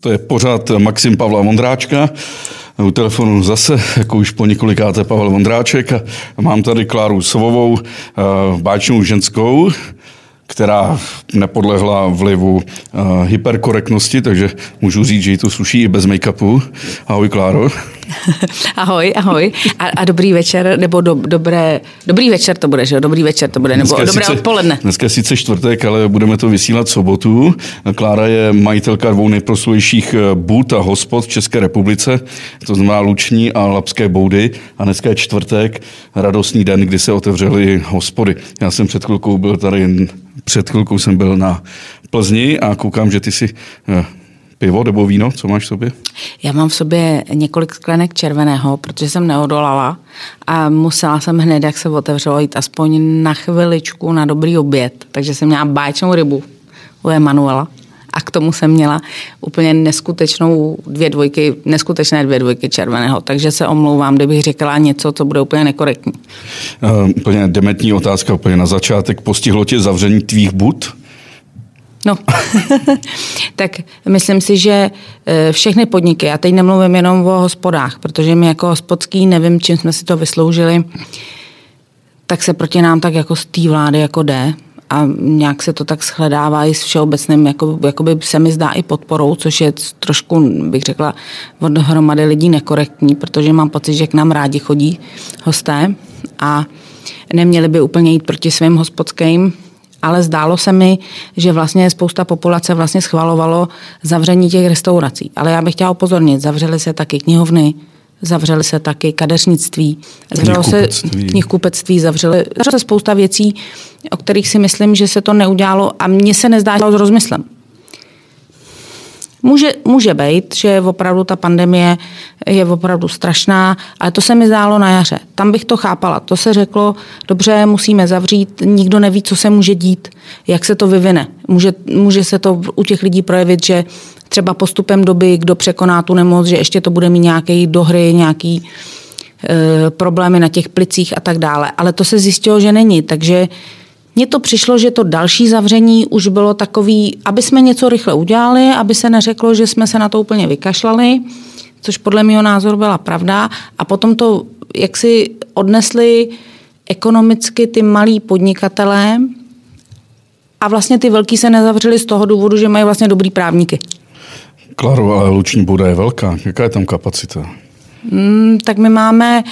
To je pořád Maxim Pavla Vondráčka. U telefonu zase, jako už po několikáté, Pavel Vondráček. A mám tady Kláru Sovovou, báječnou ženskou, která nepodlehla vlivu hyperkorektnosti, takže můžu říct, že jí to sluší i bez make-upu. Ahoj, Kláro. Ahoj. A dobrý večer, nebo dobrý večer to bude, že jo? Dobrý večer to bude, nebo dobré odpoledne. Dneska je sice čtvrtek, ale budeme to vysílat sobotu. Klára je majitelka dvou nejproslulejších bud a hospod v České republice, to znamená Luční a Labské boudy. A dneska je čtvrtek, radostný den, kdy se otevřely hospody. Já jsem před chvilkou jsem byl na Plzni a koukám, že ty si pivo nebo víno, co máš v sobě? Já mám v sobě několik sklenek červeného, protože jsem neodolala a musela jsem hned, jak se otevřelo, jít aspoň na chviličku na dobrý oběd. Takže jsem měla báječnou rybu u Emanuela a k tomu jsem měla úplně neskutečné dvě dvojky červeného. Takže se omlouvám, kdybych řekla něco, co bude úplně nekorektní. Úplně dementní otázka, úplně na začátek. Postihlo tě zavření tvých bud? No, tak myslím si, že všechny podniky, já teď nemluvím jenom o hospodách, protože my jako hospodský, nevím, čím jsme si to vysloužili, tak se proti nám tak jako z té vlády jako jde a nějak se to tak shledává i s všeobecným, jakoby se mi zdá i podporou, což je trošku, bych řekla, od hromady lidí nekorektní, protože mám pocit, že k nám rádi chodí hosté a neměli by úplně jít proti svým hospodským. Ale zdálo se mi, že vlastně spousta populace vlastně schvalovalo zavření těch restaurací. Ale já bych chtěla upozornit, zavřely se taky knihovny, zavřely se taky kadeřnictví, knihkupectví, zavřely se spousta věcí, o kterých si myslím, že se to neudělalo a mně se nezdá s rozmyslem. Může být, že opravdu ta pandemie je opravdu strašná, ale to se mi zdálo na jaře. Tam bych to chápala. To se řeklo, dobře, musíme zavřít, nikdo neví, co se může dít, jak se to vyvine. Může se to u těch lidí projevit, že třeba postupem doby, kdo překoná tu nemoc, že ještě to bude mít nějaké dohry, nějaký problémy na těch plicích a tak dále. Ale to se zjistilo, že není, takže mně to přišlo, že to další zavření už bylo takový, aby jsme něco rychle udělali, aby se neřeklo, že jsme se na to úplně vykašlali, což podle mého názoru byla pravda. A potom to, jak si odnesli ekonomicky ty malí podnikatelé a vlastně ty velký se nezavřeli z toho důvodu, že mají vlastně dobrý právníky. Klaro, ale Luční bouda je velká. Jaká je tam kapacita? Tak my máme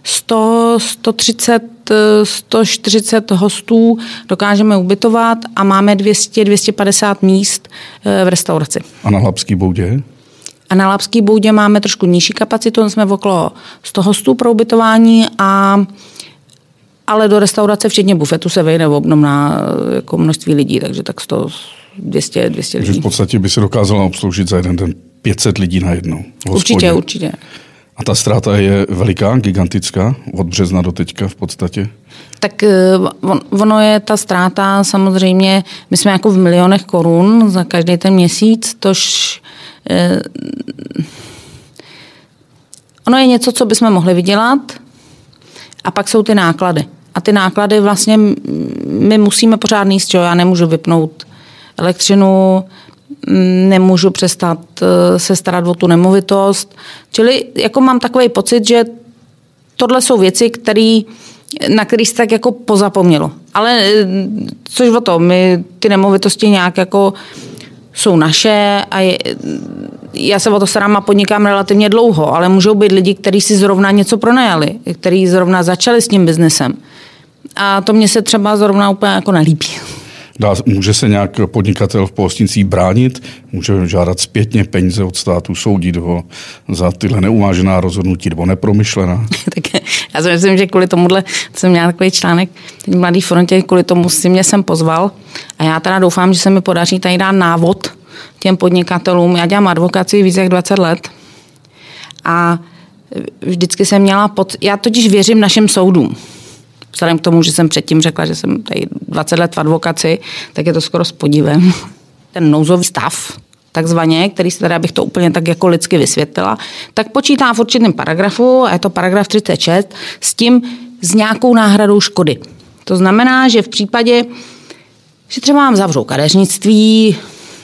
130, 140 hostů, dokážeme ubytovat a máme 200-250 míst v restauraci. A na Labské boudě? A na Labské boudě máme trošku nižší kapacitu, jsme v okolo 100 hostů pro ubytování, ale do restaurace včetně bufetu se vejde obdobná jako množství lidí, takže tak 200 lidí. Takže v podstatě by se dokázala obsloužit za jeden den 500 lidí na jednou. Určitě. A ta ztráta je veliká, gigantická, od března do teďka v podstatě? Tak ono je ta ztráta samozřejmě, my jsme jako v milionech korun za každý ten měsíc, tož ono je něco, co bychom mohli vydělat a pak jsou ty náklady. A ty náklady vlastně my musíme pořád níst, já nemůžu vypnout elektřinu, nemůžu přestat se starat o tu nemovitost. Čili jako mám takový pocit, že tohle jsou věci, na který se tak jako pozapomnělo. Ale což o to, my ty nemovitosti nějak jako jsou naše a já se o to starám a podnikám relativně dlouho, ale můžou být lidi, kteří si zrovna něco pronajali, kteří zrovna začali s tím biznesem. A to mně se třeba zrovna úplně jako nelíbí. Může se nějak podnikatel v pohostinství bránit? Může žádat zpětně peníze od státu, soudit ho za tyhle neuvážená rozhodnutí nebo nepromyšlená? Tak já si myslím, že kvůli tomuhle jsem měla takový článek v Mladé frontě, kvůli tomu si mě sem pozval a já teda doufám, že se mi podaří tady dát návod těm podnikatelům. Já dělám advokaci víc jak 20 let a vždycky jsem měla já totiž věřím našim soudům. Vzhledem k tomu, že jsem předtím řekla, že jsem tady 20 let v advokaci, tak je to skoro s podivem. Ten nouzový stav, takzvaně, který se teda, abych to úplně tak jako lidsky vysvětlila, tak počítá v určitém paragrafu, a je to paragraf 36, s nějakou náhradou škody. To znamená, že v případě, že třeba vám zavřou kadeřnictví,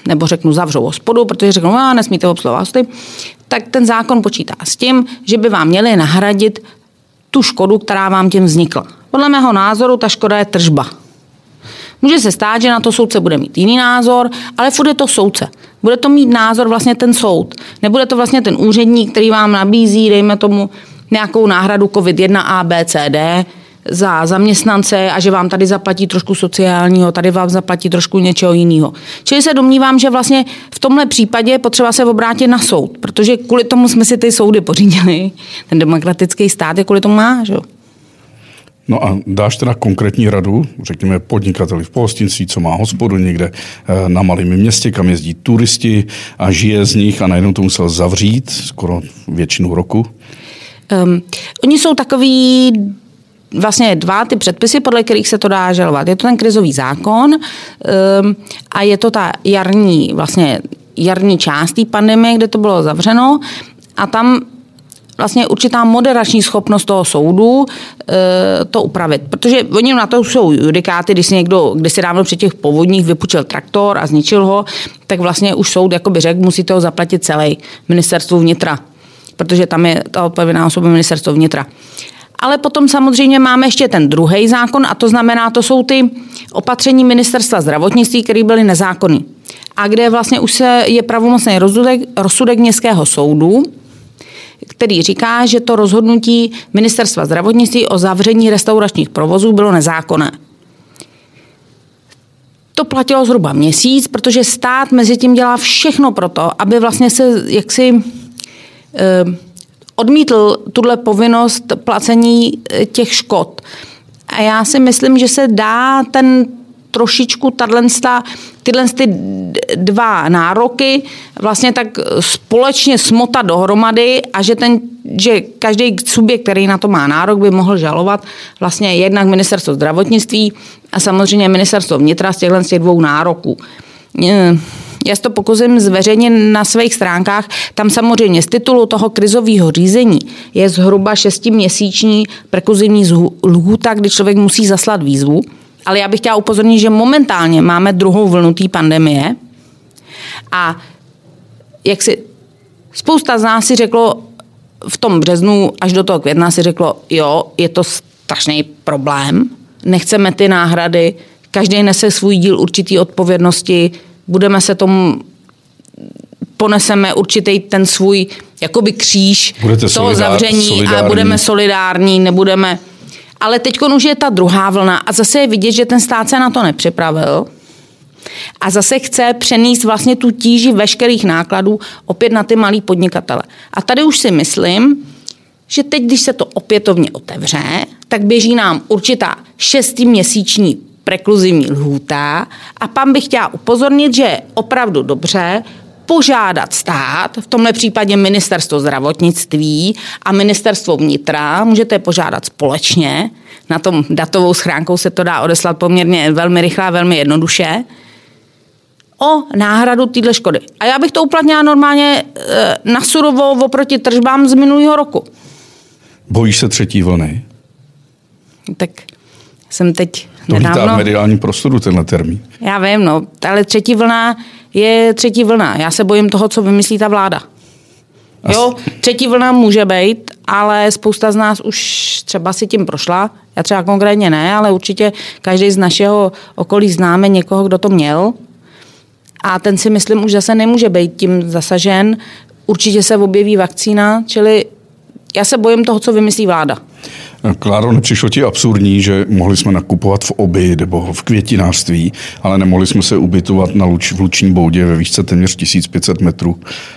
nebo řeknu zavřou hospodu, protože řeknou, nesmíte obsluhovat hosty, tak ten zákon počítá s tím, že by vám měli nahradit tu škodu, která vám tím vznikla. Podle mého názoru ta škoda je tržba. Může se stát, že na to soudce bude mít jiný názor, ale furt je to soudce. Bude to mít názor vlastně ten soud. Nebude to vlastně ten úředník, který vám nabízí, dejme tomu, nějakou náhradu COVID-1 A, B, C, D za zaměstnance a že vám tady zaplatí trošku sociálního, tady vám zaplatí trošku něčeho jiného. Čili se domnívám, že vlastně v tomhle případě je potřeba se obrátit na soud, protože kvůli tomu jsme si ty soudy pořídili. Ten demokratický stát je kvůli tomu má, že jo? No a dáš teda konkrétní radu, řekněme podnikateli v pohostinství, co má hospodu někde na malém městě, kam jezdí turisti a žije z nich a najednou to musel zavřít skoro většinu roku? Oni jsou takový vlastně dva ty předpisy, podle kterých se to dá žalovat. Je to ten krizový zákon a je to ta jarní část té pandemie, kde to bylo zavřeno a tam vlastně určitá moderační schopnost toho soudu to upravit. Protože oni na to jsou judikáty, když si někdo kdysi dávno při těch povodních vypůjčil traktor a zničil ho, tak vlastně už soud jakoby řekl, musíte ho zaplatit celý ministerstvu vnitra. Protože tam je ta odpovědná osoba ministerstvo vnitra. Ale potom samozřejmě máme ještě ten druhý zákon a to znamená, to jsou ty opatření ministerstva zdravotnictví, které byly nezákonné. A kde vlastně už je pravomocný rozsudek městského soudu, který říká, že to rozhodnutí ministerstva zdravotnictví o zavření restauračních provozů bylo nezákonné. To platilo zhruba měsíc, protože stát mezi tím dělá všechno pro to, aby vlastně se jaksi odmítl tuhle povinnost placení těch škod. A já si myslím, že se dá ten trošičku tyhle dva nároky vlastně tak společně smotat dohromady a že každý subjekt, který na to má nárok, by mohl žalovat vlastně jednak ministerstvo zdravotnictví a samozřejmě ministerstvo vnitra z těch dvou nároků. Já si to pokusím zveřejnit na svých stránkách. Tam samozřejmě z titulu toho krizového řízení je zhruba 6měsíční prekluzivní lhůta, kdy člověk musí zaslat výzvu. Ale já bych chtěla upozornit, že momentálně máme druhou vlnu té pandemie a jak si spousta z nás si řeklo v tom březnu až do toho května si řeklo, jo, je to strašný problém, nechceme ty náhrady, každý nese svůj díl určitý odpovědnosti, poneseme určitý ten svůj jakoby kříž toho zavření a budeme solidární, nebudeme. Ale teď už je ta druhá vlna a zase je vidět, že ten stát se na to nepřipravil a zase chce přenést vlastně tu tíži veškerých nákladů opět na ty malý podnikatele. A tady už si myslím, že teď, když se to opětovně otevře, tak běží nám určitá 6měsíční prekluzivní lhůta a pan bych chtěla upozornit, že je opravdu dobře požádat stát, v tomhle případě ministerstvo zdravotnictví a ministerstvo vnitra, můžete požádat společně, na tom datovou schránkou se to dá odeslat poměrně velmi rychle a velmi jednoduše, o náhradu téhle škody. A já bych to uplatnila normálně na surovo oproti tržbám z minulého roku. Bojíš se třetí vlny? Tak jsem teď to nedávno... vítá v mediálním prostoru tenhle termín. Já vím, ale třetí vlna je třetí vlna. Já se bojím toho, co vymyslí ta vláda. Jo, třetí vlna může být, ale spousta z nás už třeba si tím prošla. Já třeba konkrétně ne, ale určitě každý z našeho okolí známe někoho, kdo to měl. A ten si myslím už zase nemůže být tím zasažen. Určitě se objeví vakcína, čili já se bojím toho, co vymyslí vláda. Kláro, nepřišlo ti absurdní, že mohli jsme nakupovat v obi nebo v květinářství, ale nemohli jsme se ubytovat v Luční Boudě ve výšce téměř 1500 metrů?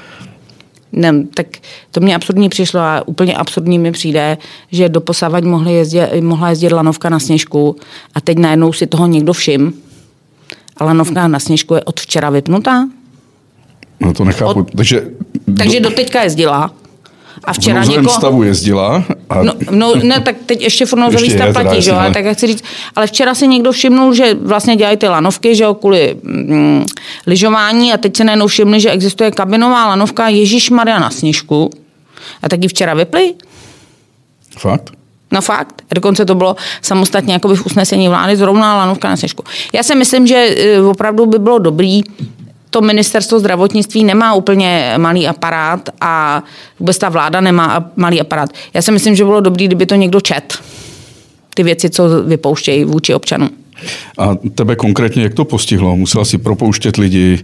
Ne, tak to mě absurdní přišlo a úplně absurdní mi přijde, že doposavad mohla jezdit lanovka na Sněžku a teď najednou si toho někdo všim. A lanovka na Sněžku je od včera vypnutá? No to nechápu. Takže doteďka jezdila. A včera v nouzovém stavu jezdila. A... Ne, tak teď ještě furt nouzový stav platí, že jo, ale tak jak chci říct. Ale včera si někdo všimnul, že vlastně dělají ty lanovky, že jo, kvůli lyžování a teď se najednou všimli, že existuje kabinová lanovka Ježišmarja na Sněžku. A tak ji včera vypli. Fakt? No fakt. Dokonce to bylo samostatně jakoby v usnesení vlády zrovna lanovka na Sněžku. Já si myslím, že opravdu by bylo dobrý to ministerstvo zdravotnictví nemá úplně malý aparát a vůbec ta vláda nemá malý aparát. Já si myslím, že bylo dobré, kdyby to někdo čet. Ty věci, co vypouštějí vůči občanům. A tebe konkrétně jak to postihlo? Musela si propouštět lidi?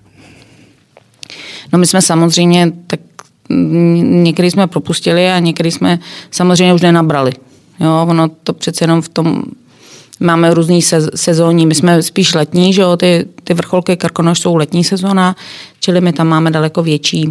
No my jsme samozřejmě, tak někdy jsme propustili a někdy jsme samozřejmě už nenabrali. Jo, ono to přece jenom v tom, máme různý sezónní, my jsme spíš letní, že jo, ty vrcholky Krkonoš jsou letní sezóna, čili my tam máme daleko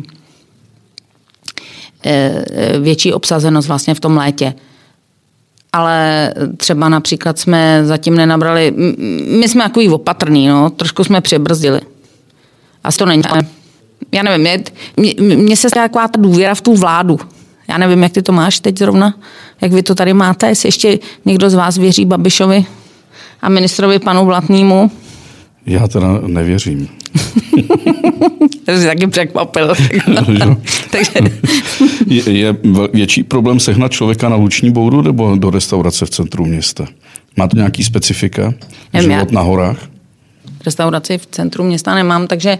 větší obsazenost vlastně v tom létě. Ale třeba například jsme zatím nenabrali, my jsme takový opatrný, no, trošku jsme přibrzdili. Asi to není. Já nevím, mně se stává taková ta důvěra v tu vládu. Já nevím, jak ty to máš teď zrovna, jak vy to tady máte, jestli ještě někdo z vás věří Babišovi a ministrovi panu Blatnému. Já teda nevěřím. To jsi taky překvapil. Takže... Je větší problém sehnat člověka na Luční boudu nebo do restaurace v centru města? Má to nějaký specifika? Život na horách? Restauraci v centru města nemám, takže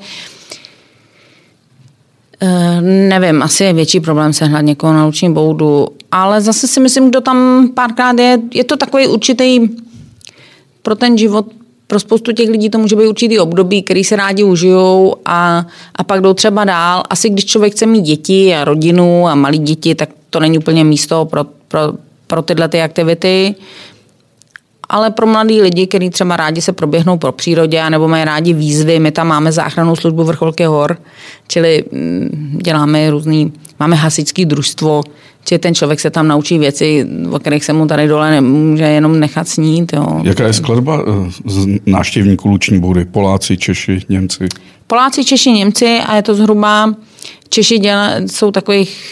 nevím, asi je větší problém sehnat někoho na Luční boudu, ale zase si myslím, kdo tam párkrát je to takový určitý pro ten život, pro spoustu těch lidí to může být určitý období, který se rádi užijou a pak jdou třeba dál. Asi když člověk chce mít děti a rodinu a malé děti, tak to není úplně místo pro tyhle ty aktivity. Ale pro mladý lidi, kteří třeba rádi se proběhnou po přírodě nebo mají rádi výzvy, my tam máme záchrannou službu Vrcholky hor, čili děláme máme hasičské družstvo, čili ten člověk se tam naučí věci, o kterých se mu tady dole nemůže jenom nechat snít. Jo. Jaká je skladba návštěvníků Luční boudy? Poláci, Češi, Němci? Poláci, Češi, Němci a je to zhruba, Češi jsou takových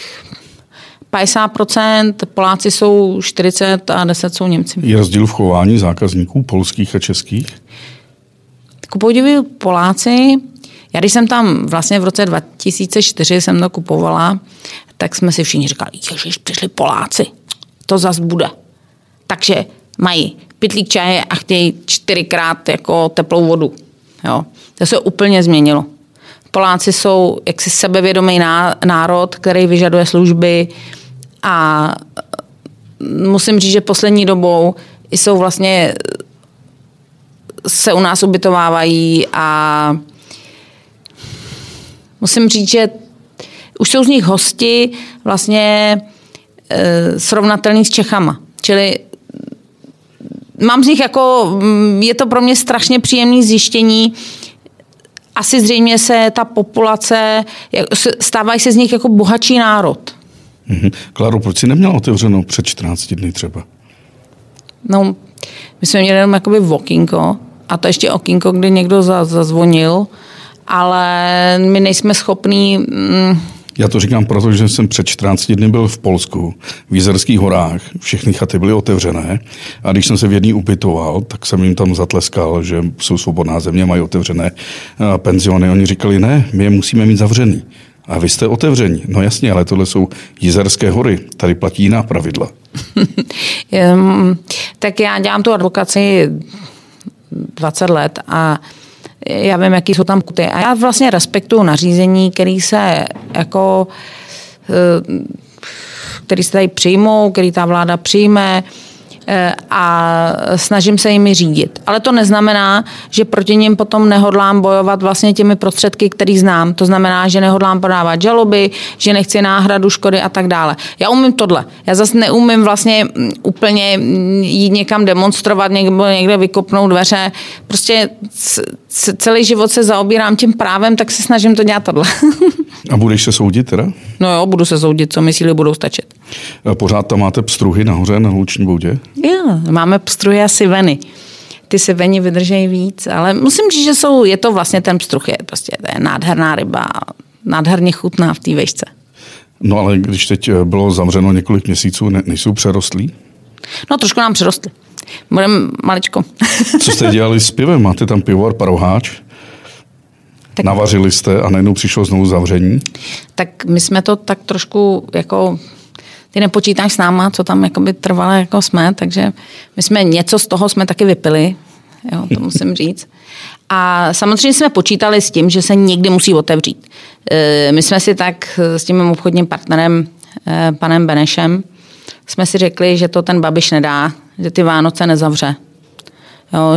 50%, Poláci jsou 40% a 10% jsou Němci. Je rozdíl v chování zákazníků polských a českých? Kupodivu Poláci, já když jsem tam vlastně v roce 2004 jsem to kupovala, tak jsme si všichni říkali, ježiš, přišli Poláci, to zas bude. Takže mají pytlík čaje a chtějí 4krát jako teplou vodu. Jo. To se úplně změnilo. Poláci jsou jaksi sebevědomý národ, který vyžaduje služby a musím říct, že poslední dobou jsou vlastně se u nás ubytovávají a musím říct, že už jsou z nich hosti vlastně srovnatelný s Čechama. Čili mám z nich je to pro mě strašně příjemné zjištění. Asi zřejmě se ta populace, stávají se z nich jako bohatší národ. Kláro, proč jsi neměla otevřeno před 14 dny třeba? No, my jsme měli jenom jakoby okýnko a to ještě okýnko, kdy někdo zazvonil, ale my nejsme schopní... Já to říkám proto, že jsem před 14 dny byl v Polsku, v Jizerských horách, všechny chaty byly otevřené a když jsem se v jedný ubytoval, tak jsem jim tam zatleskal, že jsou svobodná země, mají otevřené penziony. Oni říkali, ne, my je musíme mít zavřený. A vy jste otevření. No jasně, ale tohle jsou Jizerské hory, tady platí jiná pravidla. Tak já dělám tu advokaci 20 let a já vím, jaký jsou tam kuty. A já vlastně respektuju nařízení, který se tady přijmou, který ta vláda přijme a snažím se jimi řídit. Ale to neznamená, že proti nim potom nehodlám bojovat vlastně těmi prostředky, který znám. To znamená, že nehodlám podávat žaloby, že nechci náhradu škody a tak dále. Já umím tohle. Já zase neumím vlastně úplně jít někam demonstrovat, někde vykopnout dveře. Prostě celý život se zaobírám tím právem, tak se snažím to dělat tohle. A budeš se soudit teda? No jo, budu se soudit, co mi síly budou stačit. Pořád tam máte pstruhy nahoře na Luční boudě? Jo, máme pstruhy a siveny. Ty siveni vydržejí víc, ale musím říct, že je to vlastně ten pstruh, to je nádherná ryba, nádherně chutná v té vejšce. No ale když teď bylo zavřeno několik měsíců, nejsou přerostlí? No trošku nám přerostly. Budeme maličko. Co jste dělali s pivem? Máte tam pivovar Paroháč? Tak... Navařili jste a najednou přišlo znovu zavření? Tak my jsme to tak trošku ty nepočítáš s náma, co tam jakoby trvalo jako jsme, takže my jsme něco z toho jsme taky vypili. jo, to musím říct. A samozřejmě jsme počítali s tím, že se někdy musí otevřít. My jsme si tak s tím mým obchodním partnerem, panem Benešem, jsme si řekli, že to ten Babiš nedá, že ty Vánoce nezavře. Jo,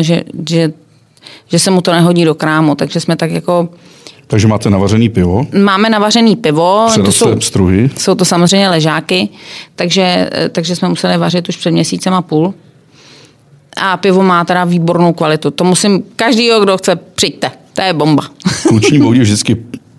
že se mu to nehodí do krámu, takže jsme tak jako... Takže máte navařený pivo? Máme navařený pivo. Jsou to samozřejmě ležáky, takže jsme museli vařit už před měsícem a půl. A pivo má teda výbornou kvalitu. To musím, každýho, kdo chce, přijďte. To je bomba. K Luční Boudě vždycky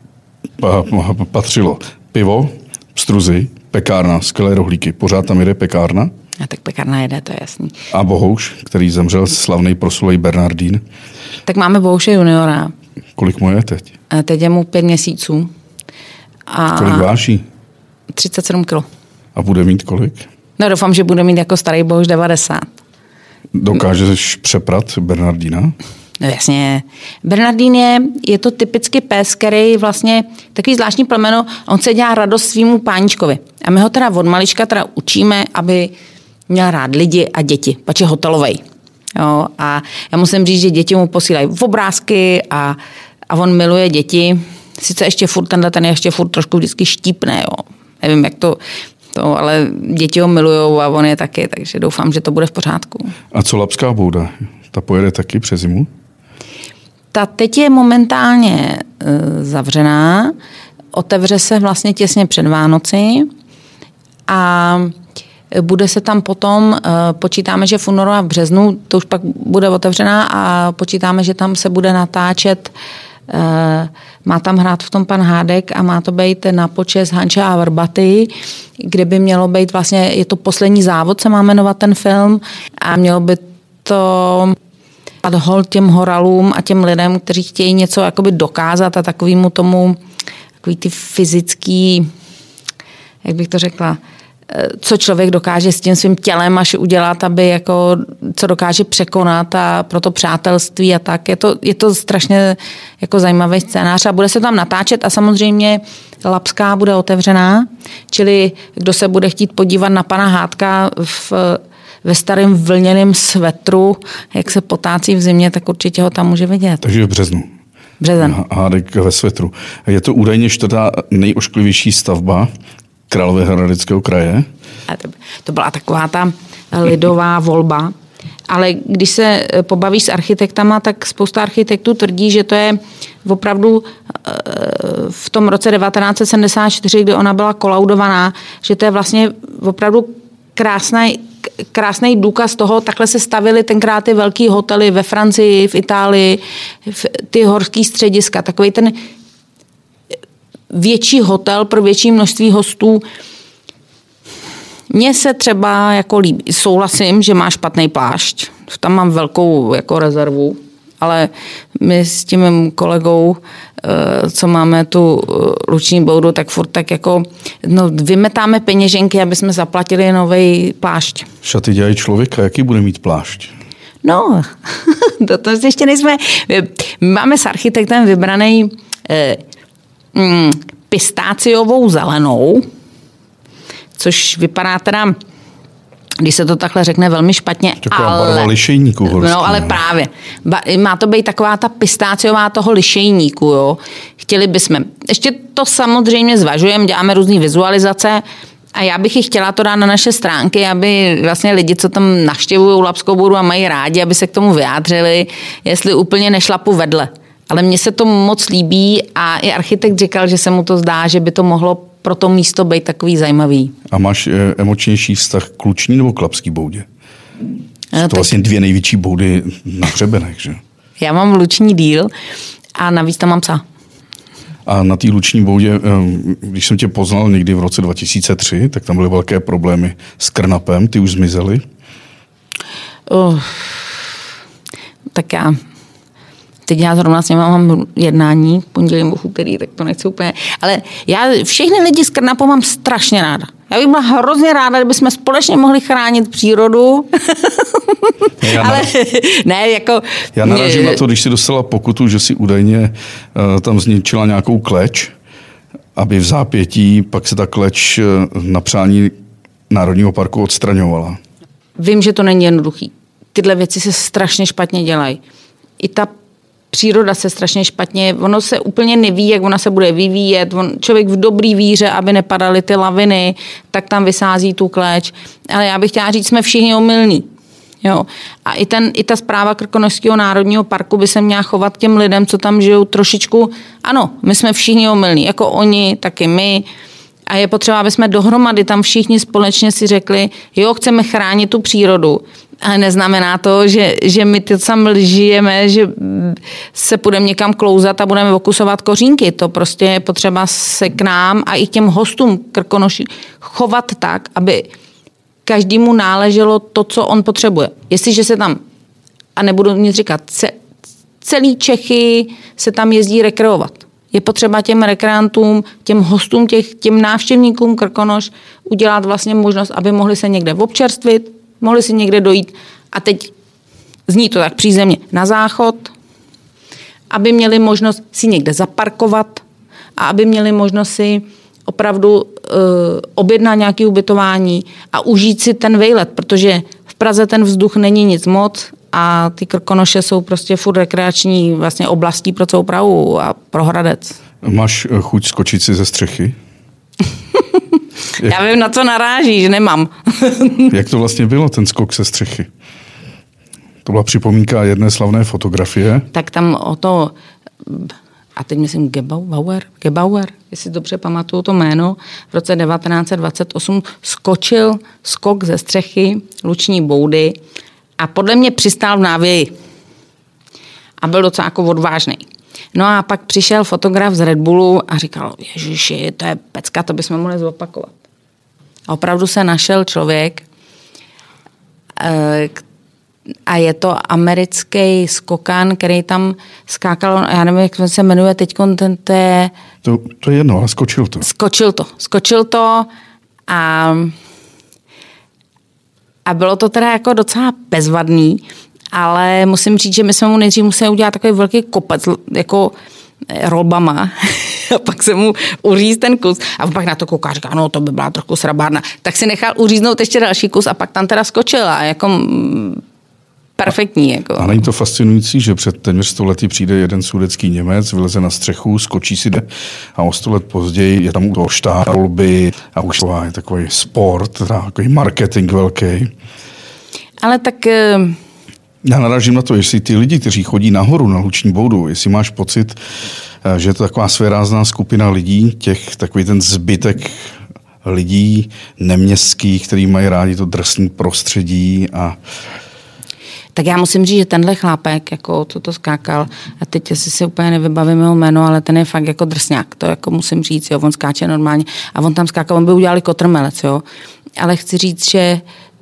patřilo pivo, pstruzy, pekárna, skvělé rohlíky. Pořád tam jede pekárna? A tak pekárna jede, to je jasný. A Bohouš, který zemřel, slavný proslulý Bernardín? Tak máme Bohouše juniora. Kolik mu je teď? Teď je mu 5 měsíců. A kolik váží? 37 kilo. A bude mít kolik? No doufám, že bude mít jako starý Bohuš 90. Dokážeš přeprat Bernardína? No jasně. Bernardín je to typicky pes, který vlastně takový zvláštní plemeno, on se dělá radost svýmu páničkovi. A my ho teda od malička teda učíme, aby měl rád lidi a děti, pač je hotelovej. Jo, a já musím říct, že děti mu posílají obrázky a on miluje děti. Sice ještě furt ten je ještě furt trošku vždycky štípne, jo. Nevím, jak to, ale děti ho milujou a on je taky, takže doufám, že to bude v pořádku. A co Lapská bouda? Ta pojede taky přes zimu? Ta teď je momentálně zavřená, otevře se vlastně těsně před Vánoci a bude se tam potom, počítáme, že v únoru a v březnu, to už pak bude otevřená a počítáme, že tam se bude natáčet, má tam hrát v tom pan Hádek a má to být na počest Hanče a Vrbaty, kde by mělo být vlastně, je to poslední závod, se má jmenovat ten film a mělo by to dát hold těm horalům a těm lidem, kteří chtějí něco jakoby dokázat a takovýmu tomu, takový ty fyzický, jak bych to řekla, co člověk dokáže s tím svým tělem až udělat, aby jako, co dokáže překonat a pro to přátelství a tak. Je to strašně jako zajímavý scénář a bude se tam natáčet a samozřejmě Lapská bude otevřená, čili kdo se bude chtít podívat na pana Hádka ve starém vlněném svetru, jak se potácí v zimě, tak určitě ho tam může vidět. Takže v březnu. Březen. Hádek ve svetru. Je to údajně 4. nejošklivější stavba Královéhradeckého kraje. To byla taková ta lidová volba. Ale když se pobavíš s architektama, tak spousta architektů tvrdí, že to je opravdu v tom roce 1974, kdy ona byla kolaudovaná, že to je vlastně opravdu krásný důkaz toho, takhle se stavily tenkrát ty velký hotely ve Francii, v Itálii, ty horský střediska, takový ten větší hotel pro větší množství hostů. Mně se třeba jako líbí, souhlasím, že má špatný plášť, tam mám velkou jako rezervu, ale my s tím mým kolegou, co máme tu Luční boudu, tak furt tak jako vymetáme peněženky, aby jsme zaplatili nový plášť. Šaty dělají člověka, jaký bude mít plášť? No, to ještě nejsme. My máme s architektem vybraný pistáciovou zelenou, což vypadá teda, když se to takhle řekne, velmi špatně. Taková barva lišejníku horský. No, ale právě. Má to být taková ta pistáciová toho lišejníku, jo. Chtěli bychom. Ještě to samozřejmě zvažujeme, děláme různý vizualizace a já bych ji chtěla to dát na naše stránky, aby vlastně lidi, co tam navštěvují Lapskou boudu a mají rádi, aby se k tomu vyjádřili, jestli úplně nešlapu vedle. Ale mně se to moc líbí a i architekt říkal, že se mu to zdá, že by to mohlo pro to místo být takový zajímavý. A máš emočnější vztah k Luční nebo k Lapské boudě? Jsou to vlastně 2 největší boudy na hřebenech, že? Já mám Luční díl a navíc tam mám psa. A na té Luční boudě, když jsem tě poznal někdy v roce 2003, tak tam byly velké problémy s krnapem, ty už zmizely? Tak teď já zrovna s něma mám jednání, pondělí nebo v úterý, tak to nechci úplně. Ale já všechny lidi s krnapou mám strašně ráda. Já bych byla hrozně ráda, kdybychom společně mohli chránit přírodu. Já narážím na to, když si dostala pokutu, že si údajně tam zničila nějakou kleč, aby v zápětí pak se ta kleč na přání Národního parku odstraňovala. Vím, že to není jednoduchý. tyhle věci se strašně špatně dělají. I ta příroda se strašně špatně, ono se úplně neví, jak ona se bude vyvíjet. Člověk v dobrý víře, aby nepadaly ty laviny, tak tam vysází tu kleč. Ale já bych chtěla říct, jsme všichni omylní. Jo. A i ta správa Krkonošského národního parku by se měla chovat těm lidem, co tam žijou, trošičku. Ano, my jsme všichni omylní, jako oni, tak i my. A je potřeba, aby jsme dohromady tam všichni společně si řekli, jo, chceme chránit tu přírodu. Ale neznamená to, že my ty tam žijeme, že se půjdeme někam klouzat a budeme okusovat kořínky. To prostě je potřeba se k nám a i k těm hostům Krkonoší chovat tak, aby každému náleželo to, co on potřebuje. Jestliže se tam, a nebudu nic říkat, celý Čechy se tam jezdí rekreovat. Je potřeba těm rekreantům, těm hostům, těm návštěvníkům Krkonoš udělat vlastně možnost, aby mohli se někde občerstvit, mohli si někde dojít a teď zní to tak přízemně na záchod, aby měli možnost si někde zaparkovat a aby měli možnost si opravdu objednat nějaké ubytování a užít si ten vejlet, protože v Praze ten vzduch není nic moc a ty Krkonoše jsou prostě furt rekreační vlastně oblastí pro celou Prahu a pro Hradec. Máš chuť skočit si ze střechy? Já vím, na co narážíš, nemám. Jak to vlastně bylo, ten skok ze střechy? To byla připomínka jedné slavné fotografie. Tak tam o to, a teď myslím Gebauer, jestli dobře pamatuju to jméno, v roce 1928 skočil skok ze střechy Luční boudy a podle mě přistál v návěji. A byl docela jako odvážný. No a pak přišel fotograf z Red Bullu a říkal, ježiši, to je pecka, to bychom mohli zopakovat. A opravdu se našel člověk a je to americký skokan, který tam skákal, já nevím, jak se jmenuje teď, To je jedno, ale skočil to. Skočil to a bylo to teda jako docela bezvadný, ale musím říct, že my jsme mu nejdřív museli udělat takový velký kopec, jako rolbama a pak se mu uřízt ten kus a pak na to kouká, říká, no to by byla trochu srabárna. Tak si nechal uříznout ještě další kus a pak tam teda skočila, jako perfektní. Jako. A není to fascinující, že před téměř 100 lety přijde jeden sudetský Němec, vyleze na střechu, skočí si a o 100 let později je tam u štát, rolby a už je takový sport, takový marketing velký. Ale tak... Já narážím na to, jestli ty lidi, kteří chodí nahoru na Luční boudu, jestli máš pocit, že je to taková svérázná skupina lidí, takový ten zbytek lidí neměstských, kteří mají rádi to drsný prostředí a... Tak já musím říct, že tenhle chlápek, jako co to skákal, a teď asi si úplně nevybavím jeho jméno, ale ten je fakt jako drsňák, to jako musím říct, jo, on skáče normálně a on tam skákal, on by udělali kotrmelec, jo, ale chci říct, že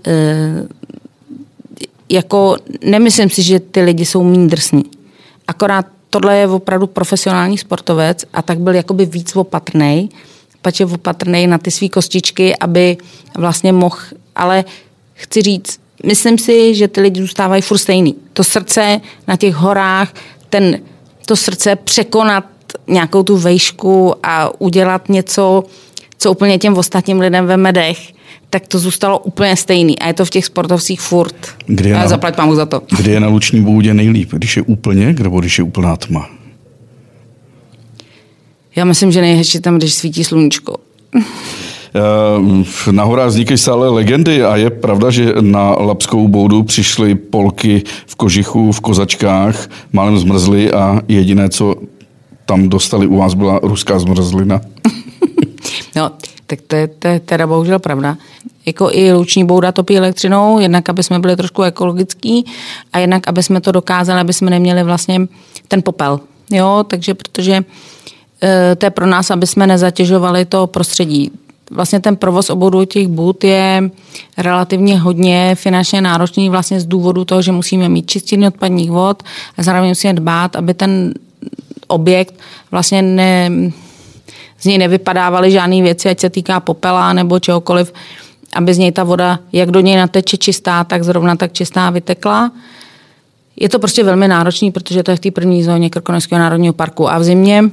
jako nemyslím si, že ty lidi jsou méně drsní. Akorát tohle je opravdu profesionální sportovec a tak byl jakoby víc opatrnej, pač je opatrnej na ty svý kostičky, aby vlastně mohl, ale chci říct, myslím si, že ty lidi zůstávají furt stejný. To srdce na těch horách, to srdce překonat nějakou tu vejšku a udělat něco, co úplně těm ostatním lidem veme dech, tak to zůstalo úplně stejný. A je to v těch sportovcích furt. Zaplať pámu za to. Kdy je na Luční boudě nejlíp? Když je úplně, nebo když je úplná tma? Já myslím, že nejhezčí tam, když svítí sluníčko. Na horách vznikají stále legendy a je pravda, že na Labskou boudu přišly Polky v kožichu, v kozačkách, málem zmrzly a jediné, co tam dostali u vás, byla ruská zmrzlina. No, tak to je teda bohužel pravda. Jako i Luční bouda topí elektřinou, jednak aby jsme byli trošku ekologický a jednak aby jsme to dokázali, aby jsme neměli vlastně ten popel. Jo, takže protože to je pro nás, aby jsme nezatěžovali to prostředí. Vlastně ten provoz obou těch bud je relativně hodně finančně náročný vlastně z důvodu toho, že musíme mít čistírny odpadních vod a zároveň musíme dbát, aby ten objekt vlastně z něj nevypadávaly žádné věci, ať se týká popela nebo čehokoliv, aby z něj ta voda, jak do něj nateče čistá, tak zrovna tak čistá vytekla. Je to prostě velmi náročný, protože to je v té první zóně Krkonošského národního parku a v zimě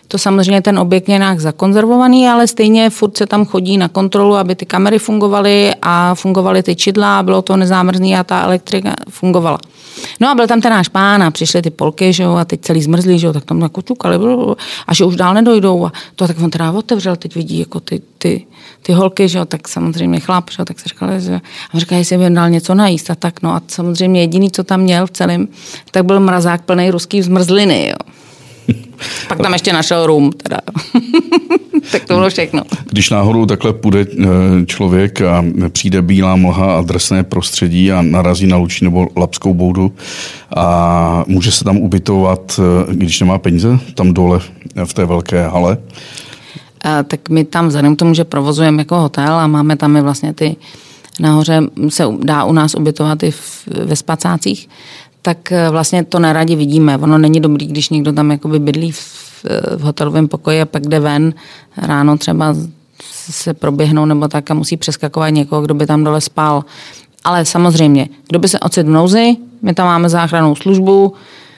To samozřejmě ten objekt je nějak zakonzervovaný, ale stejně furt se tam chodí na kontrolu, aby ty kamery fungovaly a fungovaly ty čidla a bylo to nezámrzný a ta elektrika fungovala. No a byl tam ten náš pán a přišly ty polky, že jo, a teď celý zmrzlí, že jo, tak tam jako čukali a že už dál nedojdou a to tak on teda otevřel, teď vidí jako ty holky, že jo, tak samozřejmě chlap, že jo, tak se říkali, že a on říká, jestli by dal něco najíst a tak, no a samozřejmě jediný, co tam měl v celém, tak byl mrazák plný ruský zmrzliny, jo. Pak tam ještě našel rum, teda. Tak to bylo všechno. Když náhodou takhle půjde člověk a přijde bílá mlha a drsné prostředí a narazí na Luční nebo Labskou boudu a může se tam ubytovat, když nemá peníze, tam dole v té velké hale? Tak my tam vzhledem k tomu, že provozujeme jako hotel a máme tam i vlastně ty nahoře, se dá u nás ubytovat i ve spacácích, tak vlastně to neradi vidíme. Ono není dobrý, když někdo tam jakoby bydlí v hotelovém pokoji a pak jde ven ráno třeba se proběhnou nebo tak a musí přeskakovat někoho, kdo by tam dole spal. Ale samozřejmě, kdo by se ocitl v nouzi, my tam máme záchrannou službu,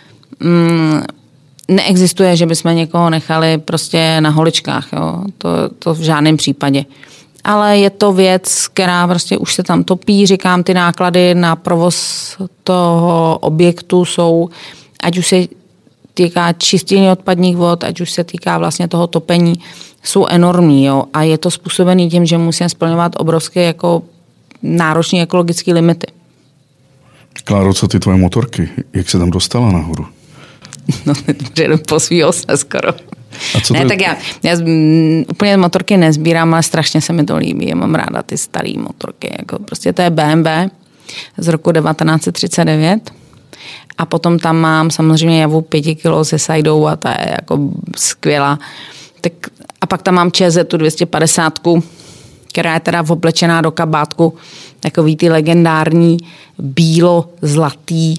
neexistuje, že bychom někoho nechali prostě na holičkách, jo? To v žádném případě. Ale je to věc, která prostě už se tam topí, říkám, ty náklady na provoz toho objektu jsou, ať už se týká čistiny odpadních vod, ať už se týká vlastně toho topení, jsou enormní, jo? A je to způsobený tím, že musíme splňovat obrovské jako náročné ekologické limity. Kláro, co ty tvoje motorky? Jak se tam dostala nahoru? No, po svý ose skoro. A co ne, to tak já úplně motorky nezbírám, ale strašně se mi to líbí. Já mám ráda ty staré motorky. Jako prostě to je BMW z roku 1939. A potom tam mám samozřejmě Javu 5 kg se sajdou a ta je jako skvělá. Tak, a pak tam mám ČZ tu 250, která je teda oblečená do kabátku. Takový ty legendární bílo-zlatý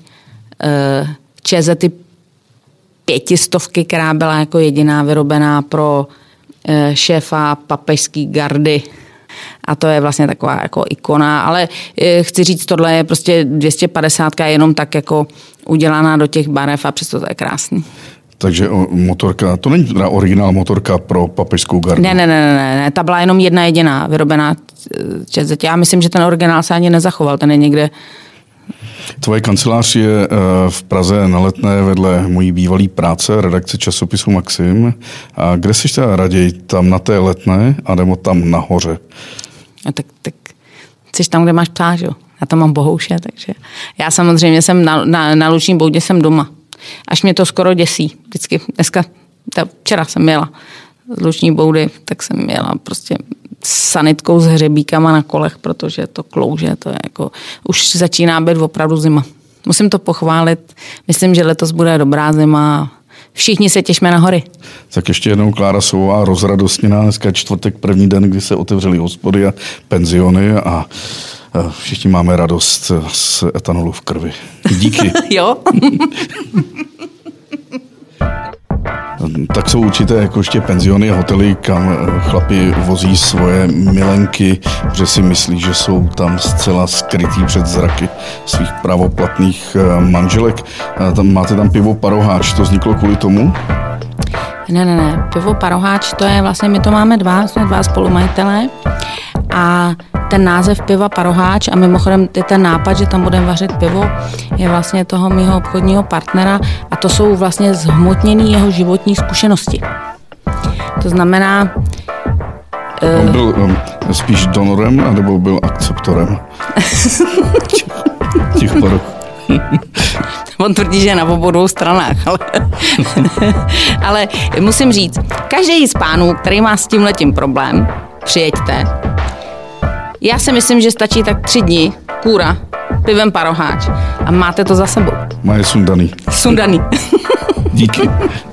ČZ 500, která byla jako jediná vyrobená pro šéfa papežské gardy. A to je vlastně taková jako ikona, ale chci říct, tohle je prostě 250 jenom tak jako udělaná do těch barev a přesto to je krásný. Takže motorka, to není teda originál motorka pro papežskou gardu? Ne, ta byla jenom jedna jediná vyrobená ČZ. Já myslím, že ten originál se ani nezachoval, ten je někde. Tvoje kancelář je v Praze na Letné vedle mojí bývalé práce, redakce časopisu Maxim. A kde jsi teda raději? Tam na té Letné, anebo tam nahoře? No, tak jsi tam, kde máš psa, jo? Já tam mám bohouše, takže já samozřejmě jsem na Luční boudě jsem doma. Až mě to skoro děsí. Vždycky včera jsem jela z Luční boudy, tak jsem jela prostě s sanitkou s hřebíkama na kolech, protože to klouže, to je jako, už začíná být opravdu zima. Musím to pochválit, myslím, že letos bude dobrá zima. Všichni se těšíme na hory. Tak ještě jednou Klára Sovová rozradostněná, dneska čtvrtek, první den, kdy se otevřely hospody a penziony a všichni máme radost z etanolu v krvi. Díky. Jo. Tak jsou určité jako ještě penziony a hotely, kam chlapi vozí svoje milenky, protože si myslí, že jsou tam zcela skrytý před zraky svých pravoplatných manželek. Máte tam pivo Paroháč, to vzniklo kvůli tomu? Ne. Pivo Paroháč, to je vlastně, my to máme jsme dva spolumajitelé a ten název piva Paroháč a mimochodem ten nápad, že tam budeme vařit pivo, je vlastně toho mýho obchodního partnera a to jsou vlastně zhmotněný jeho životní zkušenosti. To znamená... On byl spíš donorem, nebo byl akceptorem těch paroch? On tvrdí, že je na obou dvou stranách, ale musím říct, každý z pánů, který má s tímhletím problém, přijeďte. Já si myslím, že stačí tak 3 dny kůra pivem Paroháč a máte to za sebou. Má je sundaný. Sundaný. Díky.